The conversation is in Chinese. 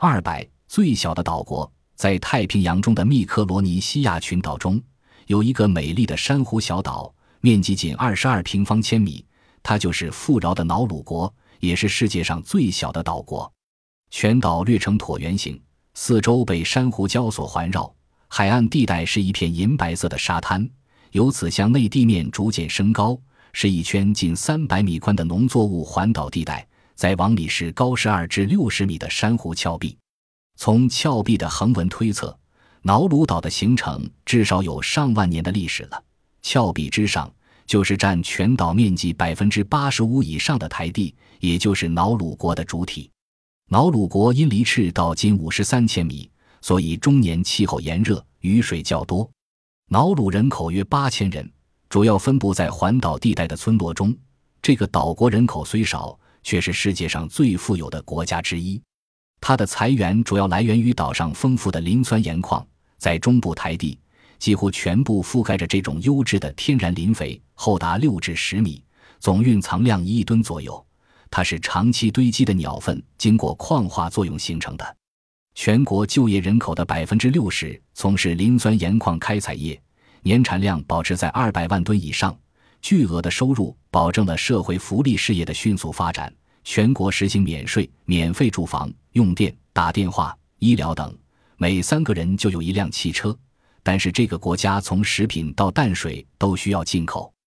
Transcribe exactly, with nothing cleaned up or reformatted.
二百最小的岛国，在太平洋中的密克罗尼西亚群岛中，有一个美丽的珊瑚小岛，面积仅二十二平方千米，它就是富饶的瑙鲁国，也是世界上最小的岛国。全岛略呈椭圆形，四周被珊瑚礁所环绕，海岸地带是一片银白色的沙滩，由此向内地面逐渐升高，是一圈近三百米宽的农作物环岛地带，再往里是高十二至六十米的珊瑚峭壁。从峭壁的横纹推测，瑙鲁岛的形成至少有上万年的历史了。峭壁之上就是占全岛面积 百分之八十五 以上的台地，也就是瑙鲁国的主体。瑙鲁国因离赤道近五十三千米，所以终年气候炎热，雨水较多。瑙鲁人口约八千人，主要分布在环岛地带的村落中。这个岛国人口虽少，却是世界上最富有的国家之一。它的财源主要来源于岛上丰富的磷酸盐矿，在中部台地几乎全部覆盖着这种优质的天然磷肥，厚达六至十米，总蕴藏量一亿吨左右。它是长期堆积的鸟粪经过矿化作用形成的。全国就业人口的 百分之六十 从事磷酸盐矿开采业，年产量保持在二百万吨以上，巨额的收入保证了社会福利事业的迅速发展。全国实行免税、免费住房、用电、打电话、医疗等，每三个人就有一辆汽车。但是这个国家从食品到淡水都需要进口。